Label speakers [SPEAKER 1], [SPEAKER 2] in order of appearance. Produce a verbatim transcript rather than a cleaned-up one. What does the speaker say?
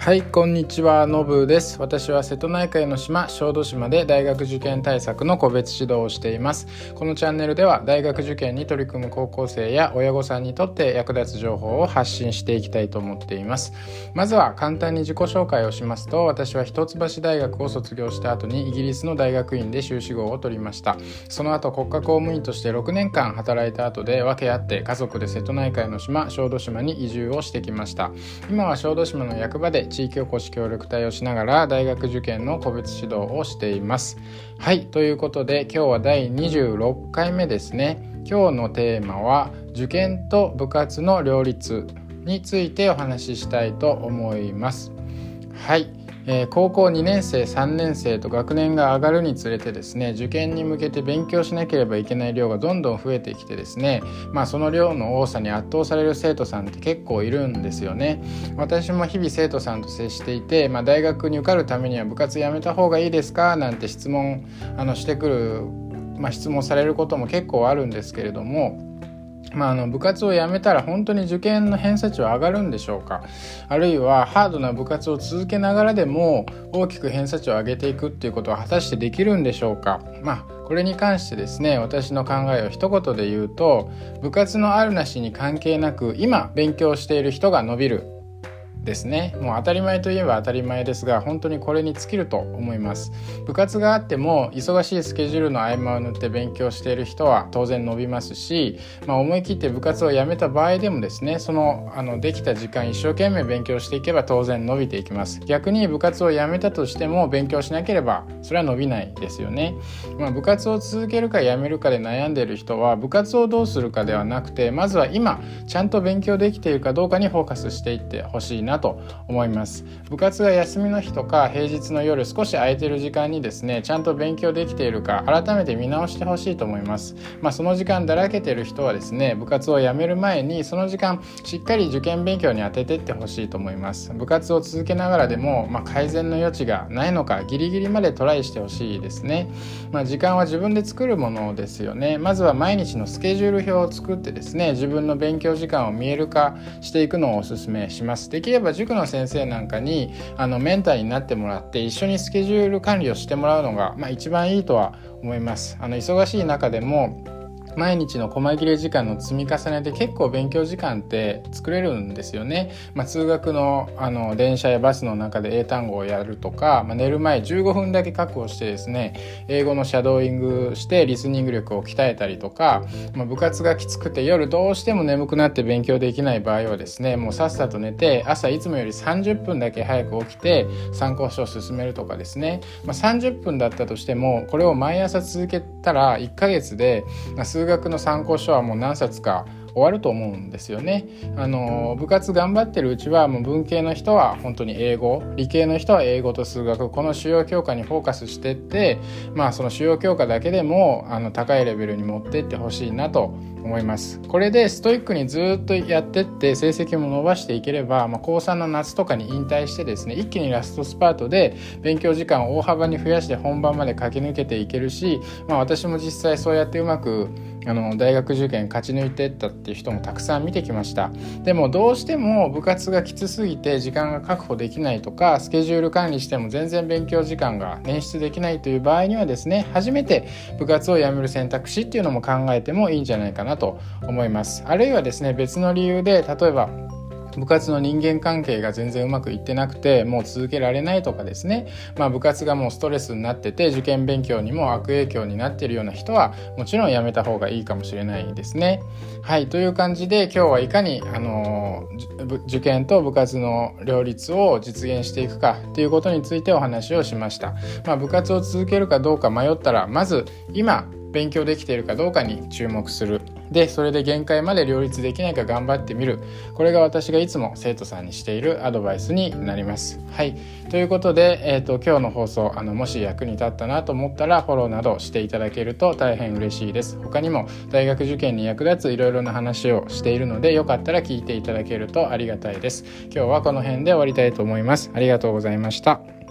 [SPEAKER 1] はい、こんにちは、のぶです。私は瀬戸内海の島、小豆島で大学受験対策の個別指導をしています。このチャンネルでは大学受験に取り組む高校生や親御さんにとって役立つ情報を発信していきたいと思っています。まずは簡単に自己紹介をしますと、私は一橋大学を卒業した後にイギリスの大学院で修士号を取りました。その後国家公務員としてろくねんかん働いた後で訳あって家族で瀬戸内海の島、小豆島に移住をしてきました。今は小豆島の役場で地域おこし協力隊をしながら大学受験の個別指導をしています。はい、ということで今日はだいにじゅうろっかいめですね。今日のテーマは受験と部活の両立についてお話ししたいと思います。はい、えー、高校にねんせいさんねんせいと学年が上がるにつれてですね、受験に向けて勉強しなければいけない量がどんどん増えてきてですね、まあその量の多さに圧倒される生徒さんって結構いるんですよね。私も日々生徒さんと接していて、まあ、大学に受かるためには部活やめた方がいいですかなんて質問あのしてくる、まあ、質問されることも結構あるんですけれども、まあ、あの部活をやめたら本当に受験の偏差値は上がるんでしょうか。あるいはハードな部活を続けながらでも大きく偏差値を上げていくっていうことは果たしてできるんでしょうか。まあこれに関してですね、私の考えを一言で言うと、部活のあるなしに関係なく今勉強している人が伸びるですね。もう当たり前といえば当たり前ですが、本当にこれに尽きると思います。部活があっても忙しいスケジュールの合間を縫って勉強している人は当然伸びますし、まあ、思い切って部活をやめた場合でもですね、その、あのできた時間一生懸命勉強していけば当然伸びていきます。逆に部活をやめたとしても勉強しなければそれは伸びないですよね。まあ、部活を続けるかやめるかで悩んでいる人は部活をどうするかではなくて、まずは今ちゃんと勉強できているかどうかにフォーカスしていってほしいなと思います。部活が休みの日とか平日の夜少し空いている時間にですね、ちゃんと勉強できているか改めて見直してほしいと思います。まあ、その時間だらけている人はですね、部活をやめる前にその時間しっかり受験勉強に当てていってほしいと思います。部活を続けながらでも、まあ、改善の余地がないのかギリギリまでトライしてほしいですね。まあ、時間は自分で作るものですよね。まずは毎日のスケジュール表を作ってですね、自分の勉強時間を見える化していくのをお勧めします。できれば塾の先生なんかにあのメンターになってもらって一緒にスケジュール管理をしてもらうのが、まあ、一番いいとは思います。あの忙しい中でも毎日の細切れ時間の積み重ねで結構勉強時間って作れるんですよね。まあ、通学の、あの電車やバスの中で英単語をやるとか、まあ、寝る前じゅうごふんだけ確保してですね、英語のシャドーイングしてリスニング力を鍛えたりとか、まあ、部活がきつくて夜どうしても眠くなって勉強できない場合はですね、もうさっさと寝て朝いつもよりさんじゅっぷんだけ早く起きて参考書を進めるとかですね。まあ、さんじゅっぷんだったとしてもこれを毎朝続けたらいっかげつで、まあ、数学の参考書はもう何冊か終わると思うんですよね。あの部活頑張ってるうちはもう文系の人は本当に英語、理系の人は英語と数学、この主要教科にフォーカスしてって、まあその主要教科だけでもあの高いレベルに持ってってほしいなと思います。これでストイックにずっとやってって成績も伸ばしていければ、まあ、高さんの夏とかに引退してですね、一気にラストスパートで勉強時間を大幅に増やして本番まで駆け抜けていけるし、まあ、私も実際そうやってうまくあの大学受験勝ち抜いていったっていう人もたくさん見てきました。でもどうしても部活がきつすぎて時間が確保できないとか、スケジュール管理しても全然勉強時間が捻出できないという場合にはですね、初めて部活を辞める選択肢っていうのも考えてもいいんじゃないかなと思います。あるいはですね、別の理由で例えば部活の人間関係が全然うまくいってなくてもう続けられないとかですね、まあ、部活がもうストレスになってて受験勉強にも悪影響になっているような人はもちろんやめた方がいいかもしれないですね。はい、という感じで今日はいかにあの受験と部活の両立を実現していくかということについてお話をしました。まあ、部活を続けるかどうか迷ったらまず今勉強できているかどうかに注目する。で、それで限界まで両立できないか頑張ってみる。これが私がいつも生徒さんにしているアドバイスになります。はい。ということで、えーと、今日の放送、あの、もし役に立ったなと思ったらフォローなどしていただけると大変嬉しいです。他にも大学受験に役立ついろいろな話をしているので、よかったら聞いていただけるとありがたいです。今日はこの辺で終わりたいと思います。ありがとうございました。